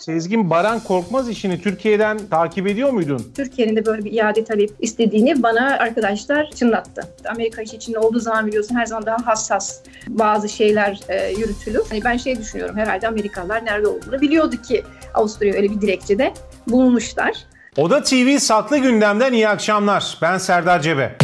Sezgin Baran Korkmaz işini Türkiye'den takip ediyor muydun? Türkiye'nin de böyle bir iade talep istediğini bana arkadaşlar çınlattı. Amerika işi içinde olduğu zaman biliyorsun her zaman daha hassas bazı şeyler yürütülür. Hani ben düşünüyorum, herhalde Amerikalılar nerede olduğunu biliyordu ki Avusturya öyle bir dilekçede bulunmuşlar. Oda TV Saklı Gündem'den iyi akşamlar. Ben Serdar Cebe.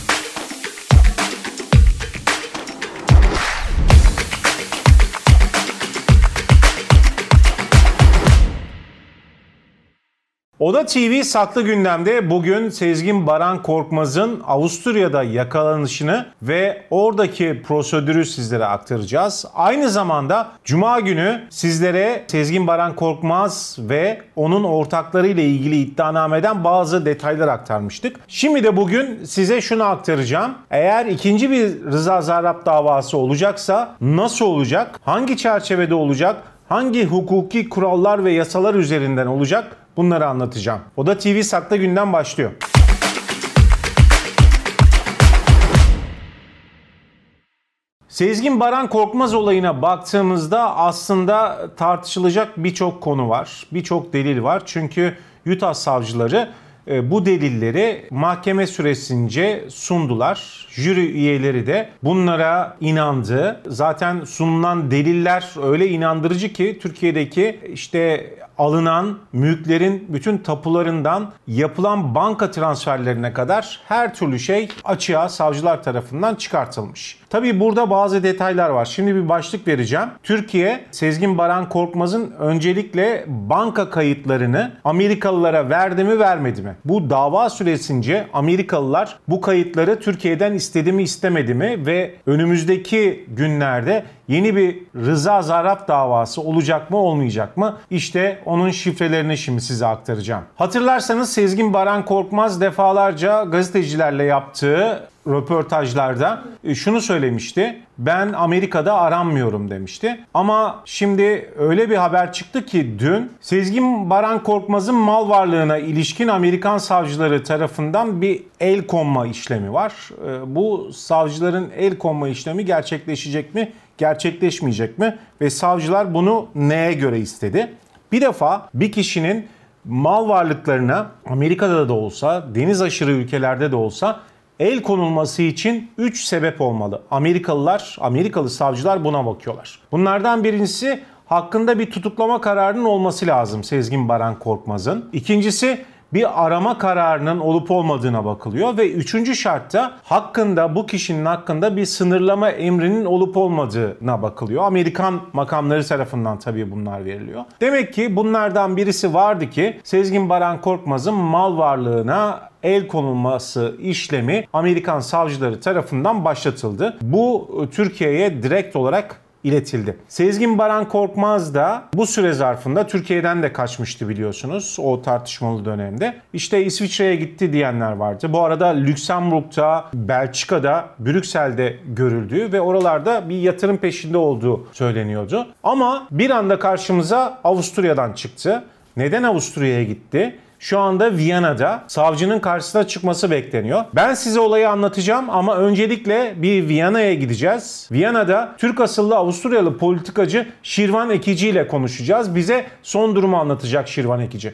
Oda TV Saklı Gündem'de bugün Sezgin Baran Korkmaz'ın Avusturya'da yakalanışını ve oradaki prosedürü sizlere aktaracağız. Aynı zamanda Cuma günü sizlere Sezgin Baran Korkmaz ve onun ortakları ile ilgili iddianameden bazı detaylar aktarmıştık. Şimdi de bugün size şunu aktaracağım. Eğer ikinci bir Rıza Zarrab davası olacaksa nasıl olacak? Hangi çerçevede olacak? Hangi hukuki kurallar ve yasalar üzerinden olacak? Bunları anlatacağım. Oda TV Saklı Gündem başlıyor. Sezgin Baran Korkmaz olayına baktığımızda aslında tartışılacak birçok konu var. Birçok delil var. Çünkü Utah savcıları bu delilleri mahkeme süresince sundular. Jüri üyeleri de bunlara inandı. Zaten sunulan deliller öyle inandırıcı ki Türkiye'deki alınan mülklerin bütün tapularından yapılan banka transferlerine kadar her türlü şey açığa savcılar tarafından çıkartılmış. Tabii burada bazı detaylar var. Şimdi bir başlık vereceğim. Türkiye, Sezgin Baran Korkmaz'ın öncelikle banka kayıtlarını Amerikalılara verdi mi vermedi mi? Bu dava süresince Amerikalılar bu kayıtları Türkiye'den istedi mi istemedi mi ve önümüzdeki günlerde yeni bir Rıza Zarrab davası olacak mı olmayacak mı? İşte onun şifrelerini şimdi size aktaracağım. Hatırlarsanız Sezgin Baran Korkmaz defalarca gazetecilerle yaptığı röportajlarda şunu söylemişti. Ben Amerika'da aranmıyorum demişti. Ama şimdi öyle bir haber çıktı ki dün Sezgin Baran Korkmaz'ın mal varlığına ilişkin Amerikan savcıları tarafından bir el konma işlemi var. Bu savcıların el konma işlemi gerçekleşecek mi? Gerçekleşmeyecek mi? Ve savcılar bunu neye göre istedi? Bir defa bir kişinin mal varlıklarına Amerika'da da olsa, deniz aşırı ülkelerde de olsa el konulması için 3 sebep olmalı. Amerikalı savcılar buna bakıyorlar. Bunlardan birincisi hakkında bir tutuklama kararının olması lazım Sezgin Baran Korkmaz'ın. İkincisi bir arama kararının olup olmadığına bakılıyor ve üçüncü şartta bu kişinin hakkında bir sınırlama emrinin olup olmadığına bakılıyor. Amerikan makamları tarafından tabii bunlar veriliyor. Demek ki bunlardan birisi vardı ki Sezgin Baran Korkmaz'ın mal varlığına el konulması işlemi Amerikan savcıları tarafından başlatıldı. Bu Türkiye'ye direkt olarak iletildi. Sezgin Baran Korkmaz da bu süre zarfında Türkiye'den de kaçmıştı biliyorsunuz o tartışmalı dönemde. İşte İsviçre'ye gitti diyenler vardı. Bu arada Lüksemburg'da, Belçika'da, Brüksel'de görüldüğü ve oralarda bir yatırım peşinde olduğu söyleniyordu. Ama bir anda karşımıza Avusturya'dan çıktı. Neden Avusturya'ya gitti? Şu anda Viyana'da savcının karşısına çıkması bekleniyor. Ben size olayı anlatacağım ama öncelikle bir Viyana'ya gideceğiz. Viyana'da Türk asıllı Avusturyalı politikacı Şirvan Ekici ile konuşacağız. Bize son durumu anlatacak Şirvan Ekici.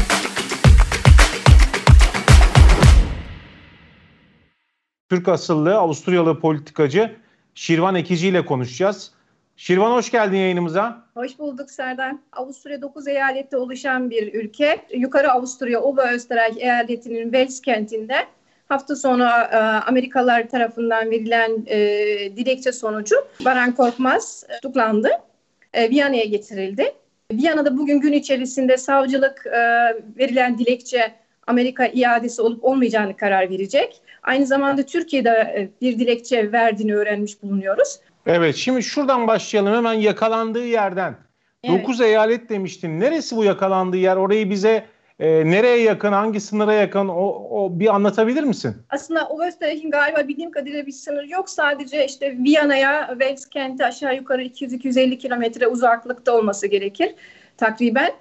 Türk asıllı Avusturyalı politikacı Şirvan Ekici ile konuşacağız. Şirvan hoş geldin yayınımıza. Hoş bulduk Serdar. Avusturya 9 eyalette oluşan bir ülke. Yukarı Avusturya Oberösterreich eyaletinin Wels kentinde hafta sonu Amerikalılar tarafından verilen dilekçe sonucu Baran Korkmaz tutuklandı. Viyana'ya getirildi. Viyana'da bugün gün içerisinde savcılık verilen dilekçe Amerika iadesi olup olmayacağını karar verecek. Aynı zamanda Türkiye'de bir dilekçe verdiğini öğrenmiş bulunuyoruz. Evet, şimdi şuradan başlayalım hemen yakalandığı yerden. Evet. 9 eyalet demiştin. Neresi bu yakalandığı yer? Orayı bize nereye yakın, hangi sınıra yakın o bir anlatabilir misin? Aslında Oberösterreich'in galiba bildiğim kadarıyla bir sınır yok. Sadece Viyana'ya, Wels kenti aşağı yukarı 200-250 kilometre uzaklıkta olması gerekir takriben.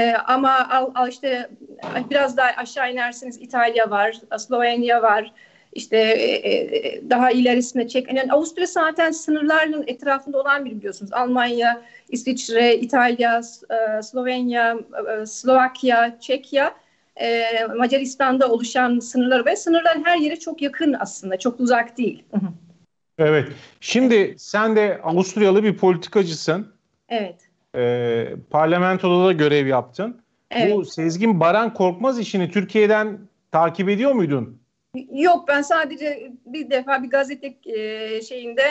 Ama biraz daha aşağı inerseniz İtalya var, Slovenya var, İşte daha ilerisine Çek. Yani Avusturya zaten sınırların etrafında olan bir biliyorsunuz. Almanya, İsviçre, İtalya, Slovenya, Slovakya, Çekya, Macaristan'da oluşan sınırlar ve sınırların her yeri çok yakın aslında. Çok uzak değil. Evet. Şimdi sen de Avusturyalı bir politikacısın. Evet. Parlamentoda da görev yaptın. Bu Evet. Sezgin Baran Korkmaz işini Türkiye'den takip ediyor muydun? Yok, ben sadece bir defa bir gazete şeyinde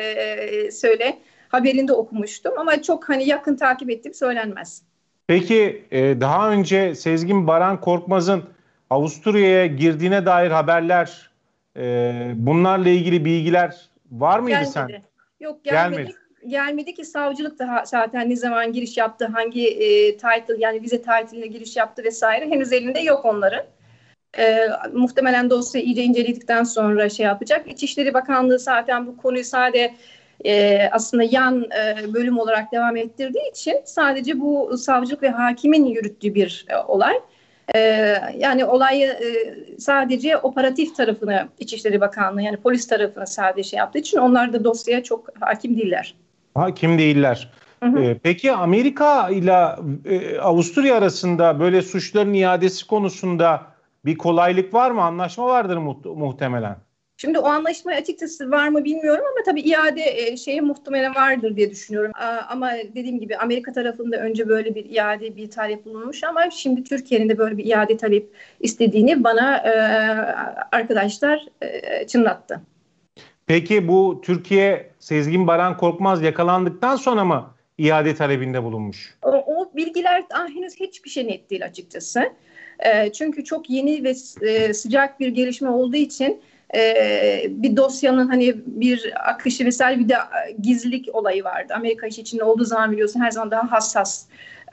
haberinde okumuştum ama çok hani yakın takip ettiğim söylenmez. Peki daha önce Sezgin Baran Korkmaz'ın Avusturya'ya girdiğine dair haberler, bunlarla ilgili bilgiler var mıydı sen? Gelmedi. Yok, gelmedi. Gelmedi. Gelmedi ki savcılık da zaten ne zaman giriş yaptı, hangi title yani vize title'ine giriş yaptı vesaire henüz elinde yok onların. Muhtemelen dosya iyice inceledikten sonra şey yapacak. İçişleri Bakanlığı zaten bu konuyu aslında yan bölüm olarak devam ettirdiği için sadece bu savcılık ve hakimin yürüttüğü bir olay. E, Yani olayı sadece operatif tarafını İçişleri Bakanlığı yani polis tarafını sadece şey yaptığı için onlar da dosyaya çok hakim değiller. Hakim değiller. Hı hı. Peki Amerika ile Avusturya arasında böyle suçların iadesi konusunda bir kolaylık var mı? Anlaşma vardır muhtemelen. Şimdi o anlaşma açıkçası var mı bilmiyorum ama tabii iade şeyi muhtemelen vardır diye düşünüyorum. Ama dediğim gibi Amerika tarafında önce böyle bir iade bir talep bulunmuş ama şimdi Türkiye'nin de böyle bir iade talep istediğini bana arkadaşlar çınlattı. Peki bu Türkiye Sezgin Baran Korkmaz yakalandıktan sonra mı iade talebinde bulunmuş? O bilgiler henüz hiçbir şey net değil açıkçası. Çünkü çok yeni ve sıcak bir gelişme olduğu için bir dosyanın hani bir akışı vesaire bir de gizlilik olayı vardı. Amerika işi içinde olduğu zaman biliyorsun her zaman daha hassas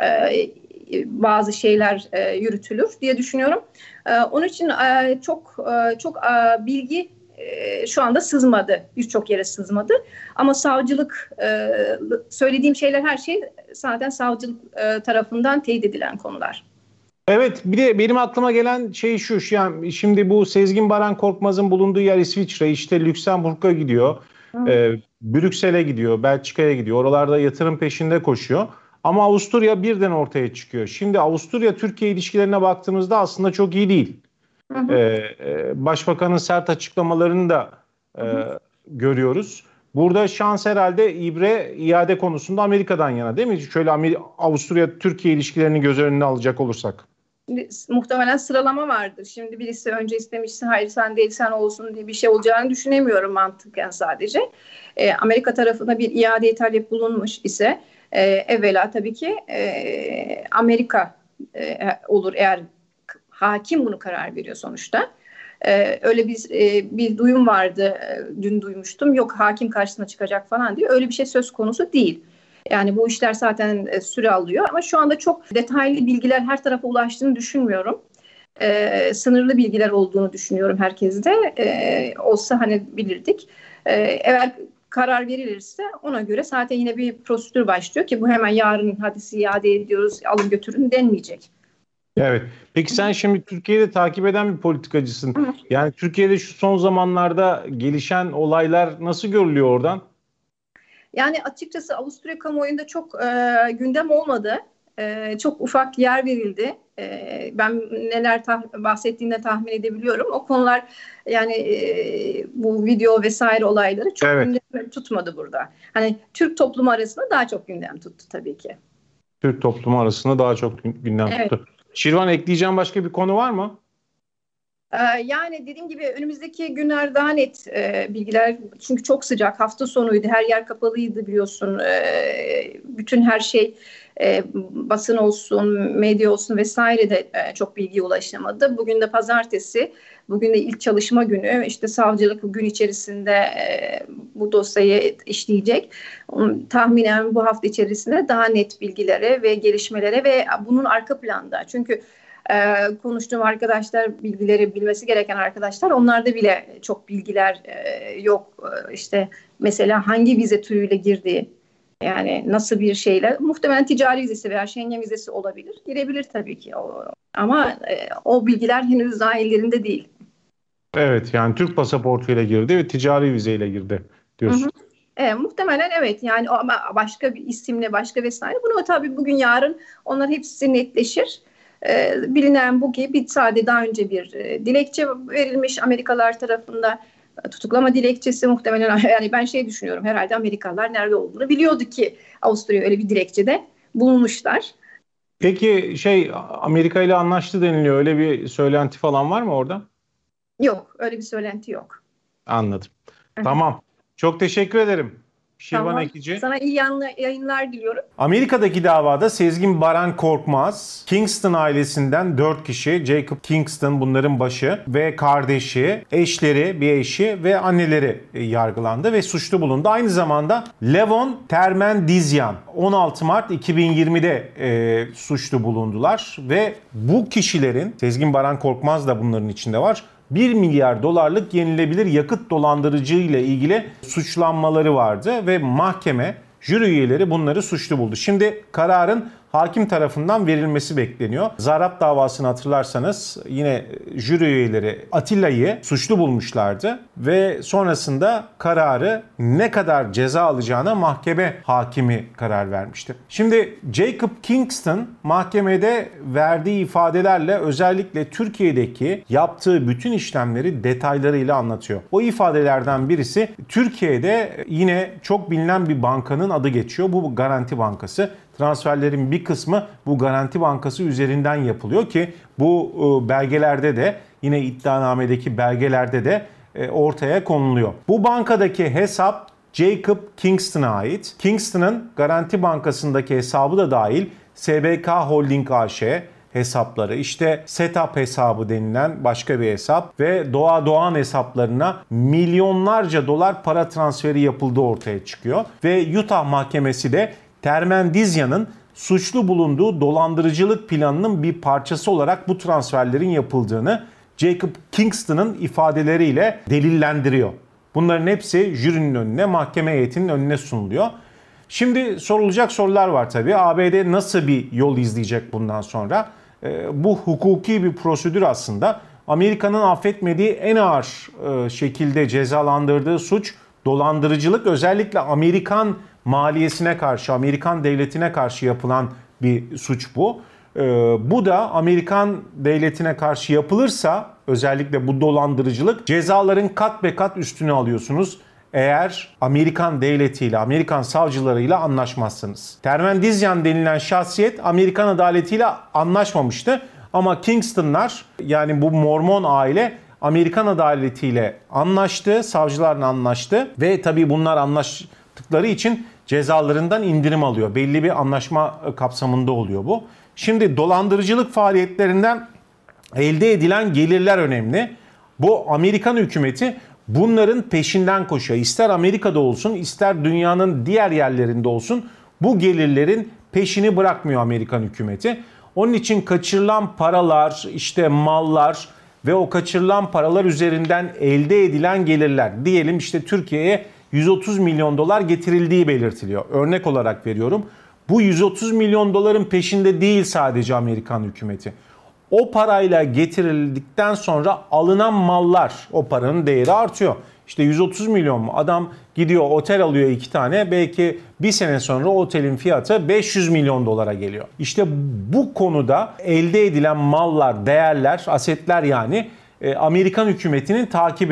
bazı şeyler yürütülür diye düşünüyorum. Onun için çok bilgi şu anda sızmadı. Birçok yere sızmadı. Ama savcılık söylediğim şeyler her şey zaten savcılık tarafından teyit edilen konular. Evet, bir de benim aklıma gelen şey yani şimdi bu Sezgin Baran Korkmaz'ın bulunduğu yer İsviçre, işte Lüksemburg'a gidiyor, Hı. Brüksel'e gidiyor, Belçika'ya gidiyor. Oralarda yatırım peşinde koşuyor. Ama Avusturya birden ortaya çıkıyor. Şimdi Avusturya-Türkiye ilişkilerine baktığımızda aslında çok iyi değil. Hı hı. Başbakanın sert açıklamalarını da Hı hı. görüyoruz. Burada şans herhalde iade konusunda Amerika'dan yana değil mi? Şöyle Avusturya-Türkiye ilişkilerini göz önüne alacak olursak. Muhtemelen sıralama vardır. Şimdi birisi önce istemişse hayır sen değil sen olsun diye bir şey olacağını düşünemiyorum mantıken sadece. Amerika tarafına bir iade talep bulunmuş ise evvela tabii ki Amerika olur eğer hakim bunu karar veriyor sonuçta. Öyle bir duyum vardı, dün duymuştum. Yok hakim karşısına çıkacak falan diye. Öyle bir şey söz konusu değil. Yani bu işler zaten süre alıyor ama şu anda çok detaylı bilgiler her tarafa ulaştığını düşünmüyorum. Sınırlı bilgiler olduğunu düşünüyorum herkeste. Olsa hani bilirdik. Eğer karar verilirse ona göre zaten yine bir prosedür başlıyor ki bu hemen yarın hadi iade ediyoruz alın götürün denmeyecek. Evet. Peki sen şimdi Türkiye'de takip eden bir politikacısın. Yani Türkiye'de şu son zamanlarda gelişen olaylar nasıl görülüyor oradan? Yani açıkçası Avusturya kamuoyunda çok gündem olmadı. Çok ufak yer verildi. Ben neler bahsettiğinde tahmin edebiliyorum. O konular yani bu video vesaire olayları çok Evet. gündem tutmadı burada. Hani Türk toplumu arasında daha çok gündem tuttu tabii ki. Türk toplumu arasında daha çok gündem Evet. tuttu. Şirvan, ekleyeceğim başka bir konu var mı? Yani dediğim gibi önümüzdeki günler daha net bilgiler çünkü çok sıcak hafta sonuydu her yer kapalıydı biliyorsun bütün her şey basın olsun medya olsun vesaire de çok bilgiye ulaşamadı. Bugün de pazartesi bugün de ilk çalışma günü işte savcılık gün içerisinde bu dosyayı işleyecek. Tahminen bu hafta içerisinde daha net bilgilere ve gelişmelere ve bunun arka planda çünkü konuştuğum arkadaşlar bilgileri bilmesi gereken arkadaşlar onlarda bile çok bilgiler yok. İşte mesela hangi vize türüyle girdiği yani nasıl bir şeyle muhtemelen ticari vizesi veya Schengen vizesi olabilir. Girebilir tabii ki. Ama o bilgiler henüz daha ellerinde değil. Evet, yani Türk pasaportuyla girdi ve ticari vizeyle girdi Hı hı. diyorsun. Muhtemelen evet, yani ama başka bir isimle, başka vesaire. Bunu tabii bugün yarın onlar hepsi netleşir. Bilinen bu ki bir sade daha önce bir dilekçe verilmiş Amerikalılar tarafından, tutuklama dilekçesi muhtemelen. Yani ben şey düşünüyorum, herhalde Amerikalılar nerede olduğunu biliyordu ki Avusturya öyle bir dilekçede bulunmuşlar. Peki Amerika ile anlaştı deniliyor. Öyle bir söylenti falan var mı orada? Yok, öyle bir söylenti yok. Anladım. Hı hı. Tamam. Çok teşekkür ederim Şirvan Tamam. Ekici. Sana iyi yayınlar diliyorum. Amerika'daki davada Sezgin Baran Korkmaz, Kingston ailesinden 4 kişi, Jacob Kingston bunların başı ve kardeşi, eşleri, bir eşi ve anneleri yargılandı ve suçlu bulundu. Aynı zamanda Levon Termendizyan 16 Mart 2020'de suçlu bulundular ve bu kişilerin, Sezgin Baran Korkmaz da bunların içinde var, 1 milyar dolarlık yenilebilir yakıt dolandırıcılığı ile ilgili suçlanmaları vardı ve mahkeme, jüri üyeleri bunları suçlu buldu. Şimdi kararın hakim tarafından verilmesi bekleniyor. Zarap davasını hatırlarsanız yine jüri üyeleri Atilla'yı suçlu bulmuşlardı ve sonrasında kararı ne kadar ceza alacağına mahkeme hakimi karar vermişti. Şimdi Jacob Kingston mahkemede verdiği ifadelerle özellikle Türkiye'deki yaptığı bütün işlemleri detaylarıyla anlatıyor. O ifadelerden birisi, Türkiye'de yine çok bilinen bir bankanın adı geçiyor. Bu Garanti Bankası. Transferlerin bir kısmı bu Garanti Bankası üzerinden yapılıyor ki bu belgelerde de, yine iddianamedeki belgelerde de ortaya konuluyor. Bu bankadaki hesap Jacob Kingston'a ait. Kingston'ın Garanti Bankası'ndaki hesabı da dahil SBK Holding AŞ hesapları, işte Setup hesabı denilen başka bir hesap ve Doğa Doğan hesaplarına milyonlarca dolar para transferi yapıldığı ortaya çıkıyor. Ve Utah Mahkemesi de Termendizyan'ın suçlu bulunduğu dolandırıcılık planının bir parçası olarak bu transferlerin yapıldığını Jacob Kingston'ın ifadeleriyle delillendiriyor. Bunların hepsi jürinin önüne, mahkeme heyetinin önüne sunuluyor. Şimdi sorulacak sorular var tabii. ABD nasıl bir yol izleyecek bundan sonra? Bu hukuki bir prosedür aslında. Amerika'nın affetmediği en ağır şekilde cezalandırdığı suç dolandırıcılık. Özellikle Amerikan maliyesine karşı, Amerikan devletine karşı yapılan bir suç bu. Bu da Amerikan devletine karşı yapılırsa, özellikle bu dolandırıcılık, cezaların kat be kat üstüne alıyorsunuz eğer Amerikan devletiyle, Amerikan savcılarıyla anlaşmazsanız. Termendizyan denilen şahsiyet Amerikan adaletiyle anlaşmamıştı. Ama Kingston'lar, yani bu Mormon aile, Amerikan adaletiyle anlaştı, savcılarla anlaştı ve tabii bunlar anlaştıkları için cezalarından indirim alıyor. Belli bir anlaşma kapsamında oluyor bu. Şimdi dolandırıcılık faaliyetlerinden elde edilen gelirler önemli. Bu Amerikan hükümeti bunların peşinden koşuyor. İster Amerika'da olsun, ister dünyanın diğer yerlerinde olsun, bu gelirlerin peşini bırakmıyor Amerikan hükümeti. Onun için kaçırılan paralar, işte mallar ve o kaçırılan paralar üzerinden elde edilen gelirler, diyelim işte Türkiye'ye 130 milyon dolar getirildiği belirtiliyor. Örnek olarak veriyorum. Bu 130 milyon doların peşinde değil sadece Amerikan hükümeti. O parayla getirildikten sonra alınan mallar, o paranın değeri artıyor. İşte 130 milyon mu? Adam gidiyor otel alıyor 2 tane. Belki bir sene sonra otelin fiyatı 500 milyon dolara geliyor. İşte bu konuda elde edilen mallar, değerler, asetler yani Amerikan hükümetinin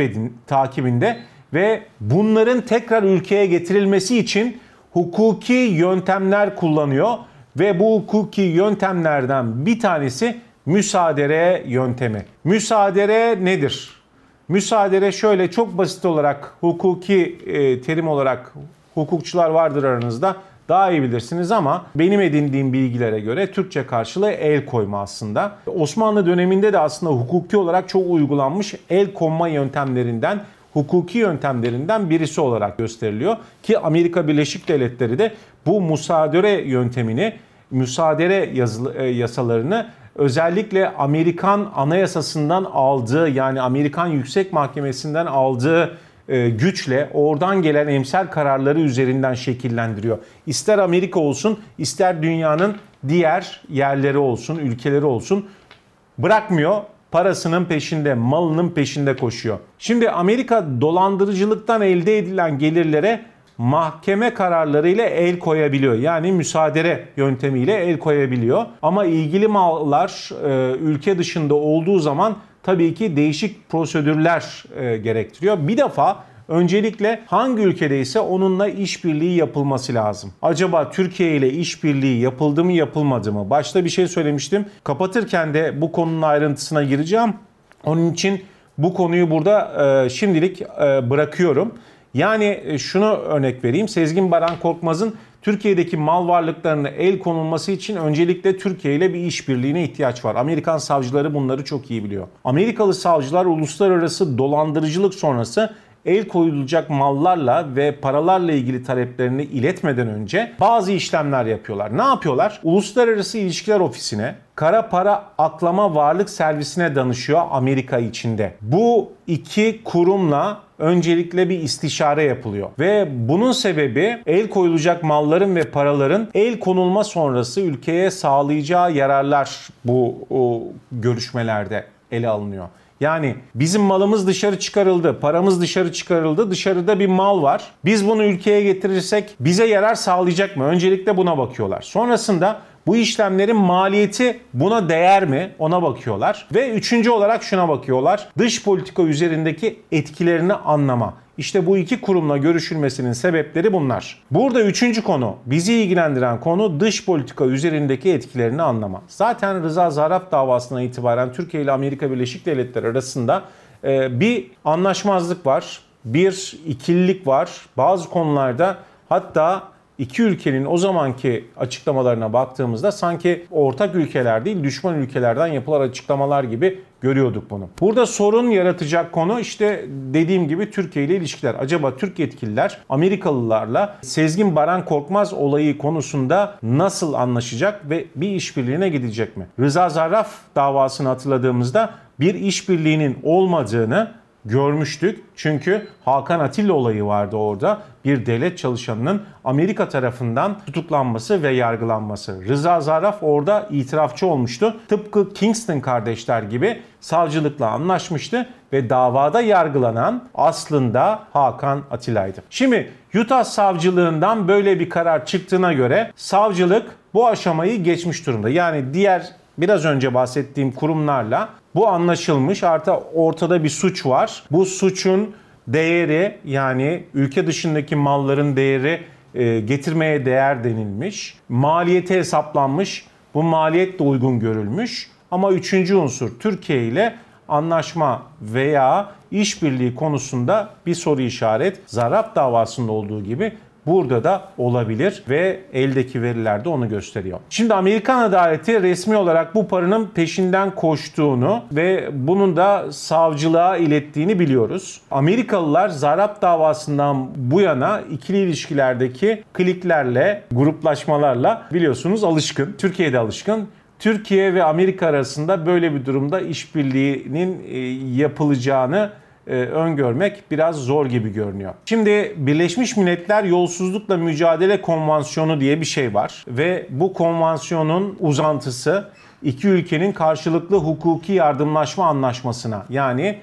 takibinde ve bunların tekrar ülkeye getirilmesi için hukuki yöntemler kullanıyor ve bu hukuki yöntemlerden bir tanesi müsaadere yöntemi. Müsaadere nedir? Müsaadere şöyle, çok basit olarak, hukuki terim olarak hukukçular vardır aranızda, daha iyi bilirsiniz ama benim edindiğim bilgilere göre Türkçe karşılığı el koyma aslında. Osmanlı döneminde de aslında hukuki olarak çok uygulanmış el konma yöntemlerinden, hukuki yöntemlerinden birisi olarak gösteriliyor. Ki Amerika Birleşik Devletleri de bu müsaadere yöntemini, müsaadere yasalarını özellikle Amerikan Anayasası'ndan aldığı, yani Amerikan Yüksek Mahkemesi'nden aldığı güçle, oradan gelen emsal kararları üzerinden şekillendiriyor. İster Amerika olsun, ister dünyanın diğer yerleri olsun, ülkeleri olsun, bırakmıyor. parasının peşinde, malının peşinde koşuyor. Şimdi Amerika dolandırıcılıktan elde edilen gelirlere mahkeme kararlarıyla el koyabiliyor. Yani müsaade yöntemiyle el koyabiliyor. Ama ilgili mallar ülke dışında olduğu zaman tabii ki değişik prosedürler gerektiriyor. Bir defa öncelikle hangi ülkedeyse onunla işbirliği yapılması lazım. Acaba Türkiye ile işbirliği yapıldı mı yapılmadı mı? Başta bir şey söylemiştim. Kapatırken de bu konunun ayrıntısına gireceğim. Onun için bu konuyu burada şimdilik bırakıyorum. Yani şunu örnek vereyim. Sezgin Baran Korkmaz'ın Türkiye'deki mal varlıklarına el konulması için öncelikle Türkiye ile bir işbirliğine ihtiyaç var. Amerikan savcıları bunları çok iyi biliyor. Amerikalı savcılar uluslararası dolandırıcılık sonrası el koyulacak mallarla ve paralarla ilgili taleplerini iletmeden önce bazı işlemler yapıyorlar. Ne yapıyorlar? Uluslararası İlişkiler Ofisi'ne, kara para aklama varlık servisine danışıyor Amerika içinde. Bu iki kurumla öncelikle bir istişare yapılıyor. Ve bunun sebebi el koyulacak malların ve paraların el konulma sonrası ülkeye sağlayacağı yararlar bu görüşmelerde ele alınıyor. Yani bizim malımız dışarı çıkarıldı, paramız dışarı çıkarıldı, dışarıda bir mal var. Biz bunu ülkeye getirirsek bize yarar sağlayacak mı? Öncelikle buna bakıyorlar. Sonrasında bu işlemlerin maliyeti buna değer mi? Ona bakıyorlar. Ve üçüncü olarak şuna bakıyorlar. Dış politika üzerindeki etkilerini anlama. İşte bu iki kurumla görüşülmesinin sebepleri bunlar. Burada üçüncü konu, bizi ilgilendiren konu dış politika üzerindeki etkilerini anlama. Zaten Rıza Zarrab davasına itibaren Türkiye ile Amerika Birleşik Devletleri arasında bir anlaşmazlık var, bir ikililik var. Bazı konularda hatta İki ülkenin o zamanki açıklamalarına baktığımızda sanki ortak ülkeler değil, düşman ülkelerden yapılan açıklamalar gibi görüyorduk bunu. Burada sorun yaratacak konu işte dediğim gibi Türkiye ile ilişkiler. Acaba Türk yetkililer Amerikalılarla Sezgin Baran Korkmaz olayı konusunda nasıl anlaşacak ve bir işbirliğine gidecek mi? Rıza Zarrab davasını hatırladığımızda bir işbirliğinin olmadığını görmüştük. Çünkü Hakan Atilla olayı vardı orada. Bir devlet çalışanının Amerika tarafından tutuklanması ve yargılanması. Rıza Zarrab orada itirafçı olmuştu. Tıpkı Kingston kardeşler gibi savcılıkla anlaşmıştı ve davada yargılanan aslında Hakan Atilla'ydı. Şimdi Utah savcılığından böyle bir karar çıktığına göre savcılık bu aşamayı geçmiş durumda. Yani diğer biraz önce bahsettiğim kurumlarla bu anlaşılmış. Artı ortada bir suç var. Bu suçun değeri yani ülke dışındaki malların değeri getirmeye değer denilmiş. Maliyeti hesaplanmış. Bu maliyet de uygun görülmüş. Ama üçüncü unsur Türkiye ile anlaşma veya işbirliği konusunda bir soru işaret. Zarrab davasında olduğu gibi burada da olabilir ve eldeki veriler de onu gösteriyor. Şimdi Amerikan adaleti resmi olarak bu paranın peşinden koştuğunu ve bunun da savcılığa ilettiğini biliyoruz. Amerikalılar Zarrab davasından bu yana ikili ilişkilerdeki kliklerle, gruplaşmalarla biliyorsunuz alışkın. Türkiye'de alışkın. Türkiye ve Amerika arasında böyle bir durumda işbirliğinin yapılacağını öngörmek biraz zor gibi görünüyor. Şimdi Birleşmiş Milletler Yolsuzlukla Mücadele Konvansiyonu diye bir şey var ve bu konvansiyonun uzantısı iki ülkenin karşılıklı hukuki yardımlaşma anlaşmasına yani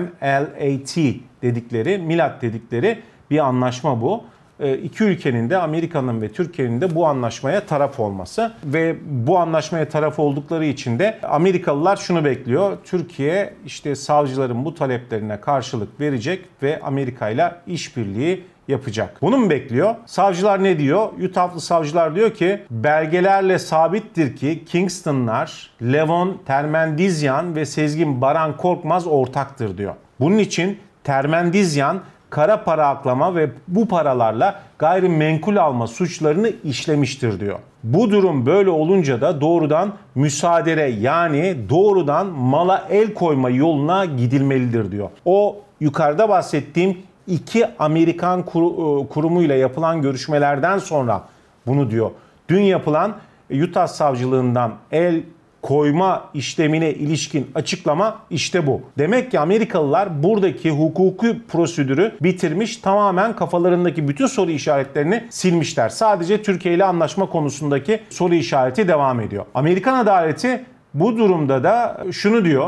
MLAT dedikleri, MILAT dedikleri bir anlaşma bu. İki ülkenin de Amerika'nın ve Türkiye'nin de bu anlaşmaya taraf olması ve bu anlaşmaya taraf oldukları için de Amerikalılar şunu bekliyor. Türkiye işte savcıların bu taleplerine karşılık verecek ve Amerika ile işbirliği yapacak. Bunu mu bekliyor? Savcılar ne diyor? Utah'lı savcılar diyor ki belgelerle sabittir ki Kingston'lar, Levon Termendizyan ve Sezgin Baran Korkmaz ortaktır diyor. Bunun için Termendizyan kara para aklama ve bu paralarla gayrimenkul alma suçlarını işlemiştir diyor. Bu durum böyle olunca da doğrudan müsaade yani doğrudan mala el koyma yoluna gidilmelidir diyor. O yukarıda bahsettiğim iki Amerikan kurumuyla yapılan görüşmelerden sonra bunu diyor. Dün yapılan Utah savcılığından el koyma işlemine ilişkin açıklama işte bu. Demek ki Amerikalılar buradaki hukuki prosedürü bitirmiş, tamamen kafalarındaki bütün soru işaretlerini silmişler. Sadece Türkiye ile anlaşma konusundaki soru işareti devam ediyor. Amerikan adaleti bu durumda da şunu diyor.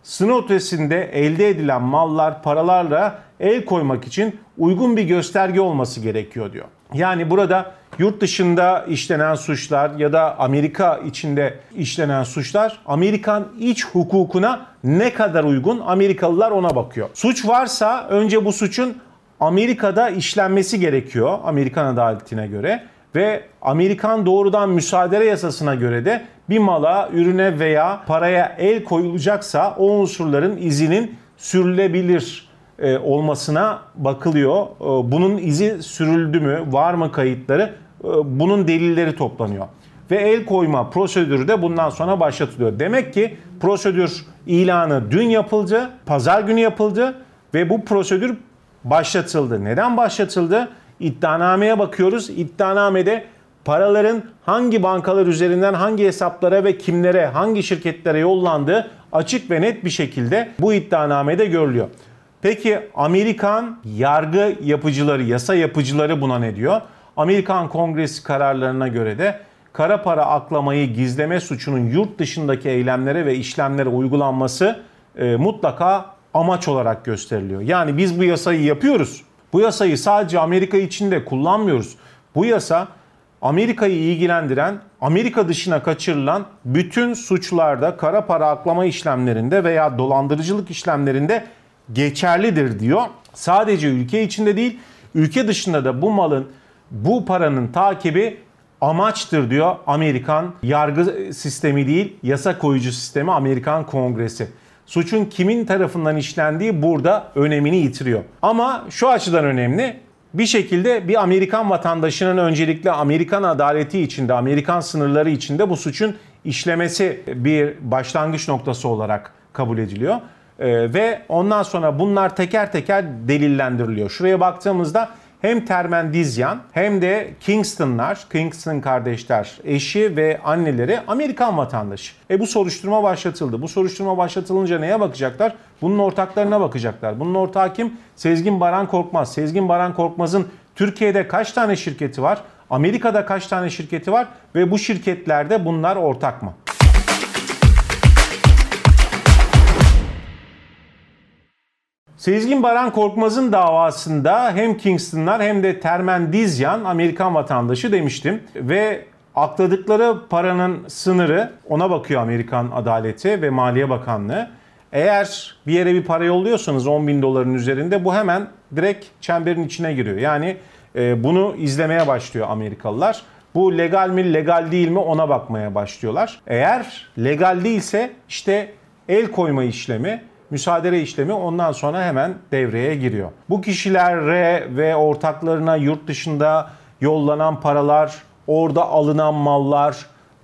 sınır ötesinde elde edilen mallar, paralarla el koymak için uygun bir gösterge olması gerekiyor diyor. Yani burada yurt dışında işlenen suçlar ya da Amerika içinde işlenen suçlar Amerikan iç hukukuna ne kadar uygun, Amerikalılar ona bakıyor. Suç varsa önce bu suçun Amerika'da işlenmesi gerekiyor Amerikan adaletine göre ve Amerikan doğrudan müsaade yasasına göre de bir mala, ürüne veya paraya el koyulacaksa o unsurların izinin sürülebilir olmasına bakılıyor. Bunun izi sürüldü mü, var mı kayıtları, bunun delilleri toplanıyor. Ve el koyma prosedürü de bundan sonra başlatılıyor. Demek ki prosedür ilanı dün yapıldı, pazar günü yapıldı ve bu prosedür başlatıldı. Neden başlatıldı? İddianameye bakıyoruz. İddianamede paraların hangi bankalar üzerinden hangi hesaplara ve kimlere, hangi şirketlere yollandığı açık ve net bir şekilde bu iddianamede görülüyor. Peki Amerikan yargı yapıcıları, yasa yapıcıları buna ne diyor? Amerikan Kongresi kararlarına göre de kara para aklamayı gizleme suçunun yurt dışındaki eylemlere ve işlemlere uygulanması mutlaka amaç olarak gösteriliyor. Yani biz bu yasayı yapıyoruz. Bu yasayı sadece Amerika içinde kullanmıyoruz. Bu yasa Amerika'yı ilgilendiren, Amerika dışına kaçırılan bütün suçlarda, kara para aklama işlemlerinde veya dolandırıcılık işlemlerinde geçerlidir diyor. Sadece ülke içinde değil, ülke dışında da bu malın, bu paranın takibi amaçtır diyor Amerikan yargı sistemi değil, yasa koyucu sistemi Amerikan Kongresi. Suçun kimin tarafından işlendiği burada önemini yitiriyor. Ama şu açıdan önemli. Bir şekilde bir Amerikan vatandaşının öncelikle Amerikan adaleti içinde, Amerikan sınırları içinde bu suçun işlemesi bir başlangıç noktası olarak kabul ediliyor. Ve ondan sonra bunlar teker teker delillendiriliyor. Şuraya baktığımızda hem Termen Dizyan hem de Kingston kardeşler, eşi ve anneleri Amerikan vatandaşı. Bu soruşturma başlatıldı. Bu soruşturma başlatılınca neye bakacaklar? Bunun ortaklarına bakacaklar. Bunun ortağı kim? Sezgin Baran Korkmaz. Sezgin Baran Korkmaz'ın Türkiye'de kaç tane şirketi var? Amerika'da kaç tane şirketi var? Ve bu şirketlerde bunlar ortak mı? Sezgin Baran Korkmaz'ın davasında hem Kingston'lar hem de Termen Dizyan Amerikan vatandaşı demiştim. Ve akladıkları paranın sınırı, ona bakıyor Amerikan Adaleti ve Maliye Bakanlığı. Eğer bir yere bir para yolluyorsanız 10.000 doların üzerinde bu hemen direkt çemberin içine giriyor. Yani bunu izlemeye başlıyor Amerikalılar. Bu legal mi, legal değil mi ona bakmaya başlıyorlar. Eğer legal değilse işte el koyma işlemi, müsaade işlemi ondan sonra hemen devreye giriyor. Bu kişilere ve ortaklarına yurt dışında yollanan paralar, orada alınan mallar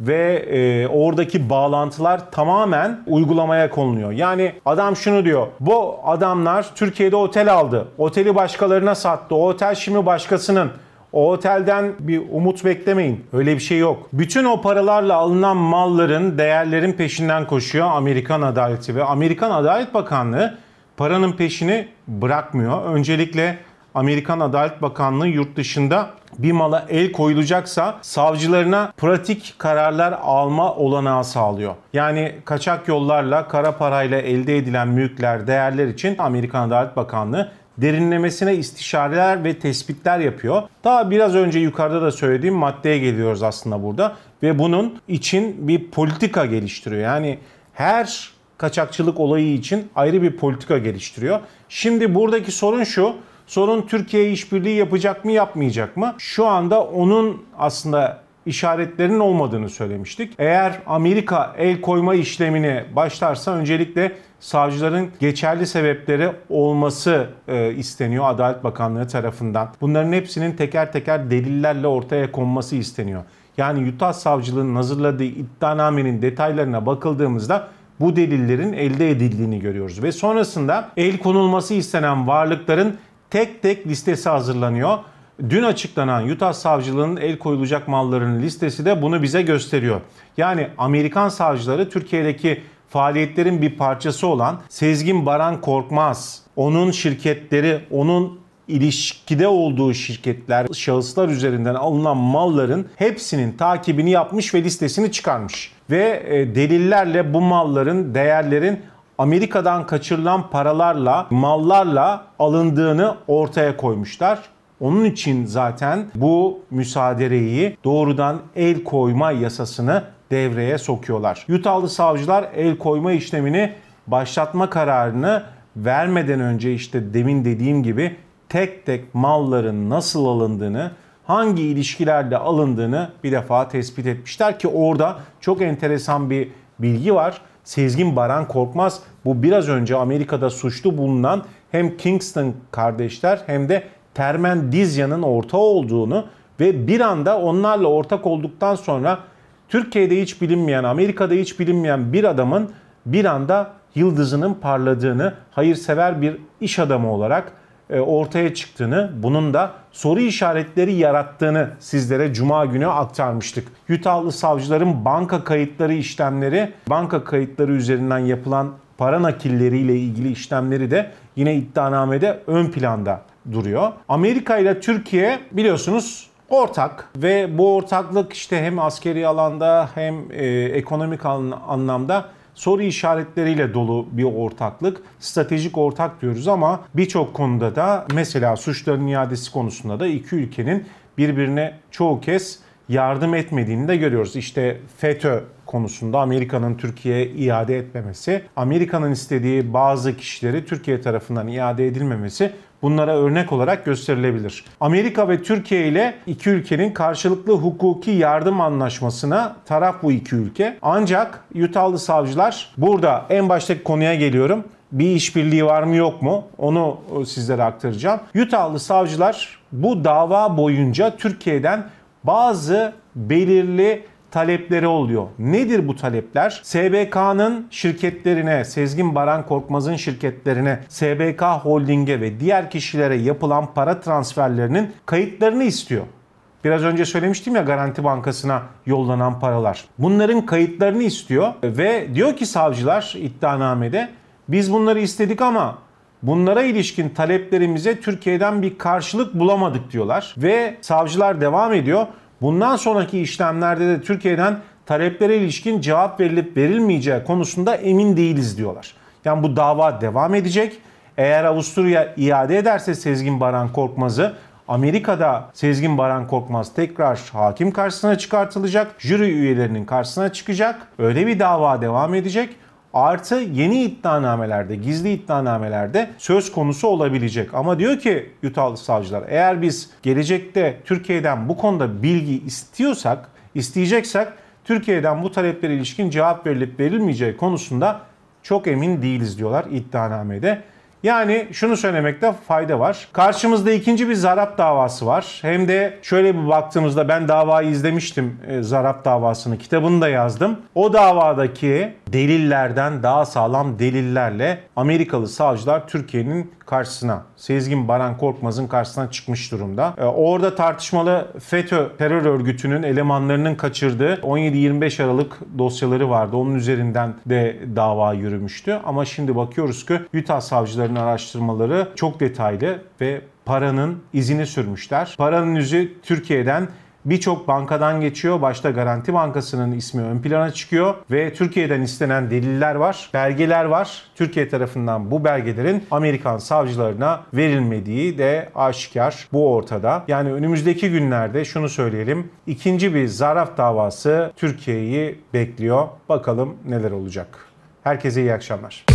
ve oradaki bağlantılar tamamen uygulamaya konuluyor. Yani adam şunu diyor, bu adamlar Türkiye'de otel aldı, oteli başkalarına sattı, o otel şimdi başkasının. O otelden bir umut beklemeyin. Öyle bir şey yok. Bütün o paralarla alınan malların, değerlerin peşinden koşuyor Amerikan Adaleti ve Amerikan Adalet Bakanlığı paranın peşini bırakmıyor. Öncelikle Amerikan Adalet Bakanlığı yurt dışında bir mala el koyulacaksa savcılarına pratik kararlar alma olanağı sağlıyor. Yani kaçak yollarla, kara parayla elde edilen mülkler, değerler için Amerikan Adalet Bakanlığı derinlemesine istişareler ve tespitler yapıyor. Daha biraz önce yukarıda da söylediğim maddeye geliyoruz aslında burada. Ve bunun için bir politika geliştiriyor. Yani her kaçakçılık olayı için ayrı bir politika geliştiriyor. Şimdi buradaki sorun şu. Sorun Türkiye işbirliği yapacak mı, yapmayacak mı? Şu anda onun aslında işaretlerinin olmadığını söylemiştik. Eğer Amerika el koyma işlemini başlarsa öncelikle savcıların geçerli sebepleri olması isteniyor Adalet Bakanlığı tarafından. Bunların hepsinin teker teker delillerle ortaya konması isteniyor. Yani Utah Savcılığı'nın hazırladığı iddianamenin detaylarına bakıldığımızda bu delillerin elde edildiğini görüyoruz. Ve sonrasında el konulması istenen varlıkların tek tek listesi hazırlanıyor. Dün açıklanan Utah Savcılığı'nın el koyulacak malların listesi de bunu bize gösteriyor. Yani Amerikan savcıları Türkiye'deki faaliyetlerin bir parçası olan Sezgin Baran Korkmaz, onun şirketleri, onun ilişkide olduğu şirketler, şahıslar üzerinden alınan malların hepsinin takibini yapmış ve listesini çıkarmış. Ve delillerle bu malların, değerlerin Amerika'dan kaçırılan paralarla, mallarla alındığını ortaya koymuşlar. Onun için zaten bu müsaadereyi doğrudan el koyma yasasını devreye sokuyorlar. Utah'lı savcılar el koyma işlemini başlatma kararını vermeden önce işte demin dediğim gibi tek tek malların nasıl alındığını, hangi ilişkilerle alındığını bir defa tespit etmişler ki orada çok enteresan bir bilgi var. Sezgin Baran Korkmaz bu biraz önce Amerika'da suçlu bulunan hem Kingston kardeşler hem de Termen Dizya'nın ortağı olduğunu ve bir anda onlarla ortak olduktan sonra Türkiye'de hiç bilinmeyen, Amerika'da hiç bilinmeyen bir adamın bir anda yıldızının parladığını, hayırsever bir iş adamı olarak ortaya çıktığını, bunun da soru işaretleri yarattığını sizlere Cuma günü aktarmıştık. Utah'lı savcıların banka kayıtları işlemleri, banka kayıtları üzerinden yapılan para nakilleriyle ilgili işlemleri de yine iddianamede ön planda duruyor. Amerika ile Türkiye biliyorsunuz ortak ve bu ortaklık işte hem askeri alanda hem ekonomik anlamda soru işaretleriyle dolu bir ortaklık. Stratejik ortak diyoruz ama birçok konuda da mesela suçların iadesi konusunda da iki ülkenin birbirine çoğu kez yardım etmediğini de görüyoruz. İşte FETÖ konusunda Amerika'nın Türkiye'ye iade etmemesi, Amerika'nın istediği bazı kişileri Türkiye tarafından iade edilmemesi bunlara örnek olarak gösterilebilir. Amerika ve Türkiye ile iki ülkenin karşılıklı hukuki yardım anlaşmasına taraf bu iki ülke. Ancak Utah'lı savcılar, burada en baştaki konuya geliyorum. Bir işbirliği var mı yok mu? Onu sizlere aktaracağım. Utah'lı savcılar bu dava boyunca Türkiye'den bazı belirli talepleri oluyor. Nedir bu talepler? SBK'nın şirketlerine, Sezgin Baran Korkmaz'ın şirketlerine, SBK Holding'e ve diğer kişilere yapılan para transferlerinin kayıtlarını istiyor. Biraz önce söylemiştim ya, Garanti Bankası'na yollanan paralar. Bunların kayıtlarını istiyor ve diyor ki savcılar iddianamede, biz bunları istedik ama bunlara ilişkin taleplerimize Türkiye'den bir karşılık bulamadık diyorlar. Ve savcılar devam ediyor. Bundan sonraki işlemlerde de Türkiye'den taleplere ilişkin cevap verilip verilmeyeceği konusunda emin değiliz diyorlar. Yani bu dava devam edecek. Eğer Avusturya iade ederse Sezgin Baran Korkmaz'ı, Amerika'da Sezgin Baran Korkmaz tekrar hakim karşısına çıkartılacak. Jüri üyelerinin karşısına çıkacak. Öyle bir dava devam edecek. Artı yeni iddianamelerde, gizli iddianamelerde söz konusu olabilecek. Ama diyor ki Utah'lı savcılar, eğer biz gelecekte Türkiye'den bu konuda bilgi isteyeceksek Türkiye'den bu taleplere ilişkin cevap verilip verilmeyeceği konusunda çok emin değiliz diyorlar iddianamede. Yani şunu söylemekte fayda var. Karşımızda ikinci bir Zarap davası var. Hem de şöyle bir baktığımızda, ben davayı izlemiştim, Zarap davasını, kitabını da yazdım. O davadaki delillerden daha sağlam delillerle Amerikalı savcılar Türkiye'nin karşısına, Sezgin Baran Korkmaz'ın karşısına çıkmış durumda. Orada tartışmalı FETÖ terör örgütünün elemanlarının kaçırdığı 17-25 Aralık dosyaları vardı. Onun üzerinden de dava yürümüştü. Ama şimdi bakıyoruz ki Utah savcılarının araştırmaları çok detaylı ve paranın izini sürmüşler. Paranın izi Türkiye'den birçok bankadan geçiyor. Başta Garanti Bankası'nın ismi ön plana çıkıyor ve Türkiye'den istenen deliller var, belgeler var. Türkiye tarafından bu belgelerin Amerikan savcılarına verilmediği de aşikar, bu ortada. Yani önümüzdeki günlerde şunu söyleyelim, ikinci bir Zarap davası Türkiye'yi bekliyor. Bakalım neler olacak. Herkese iyi akşamlar.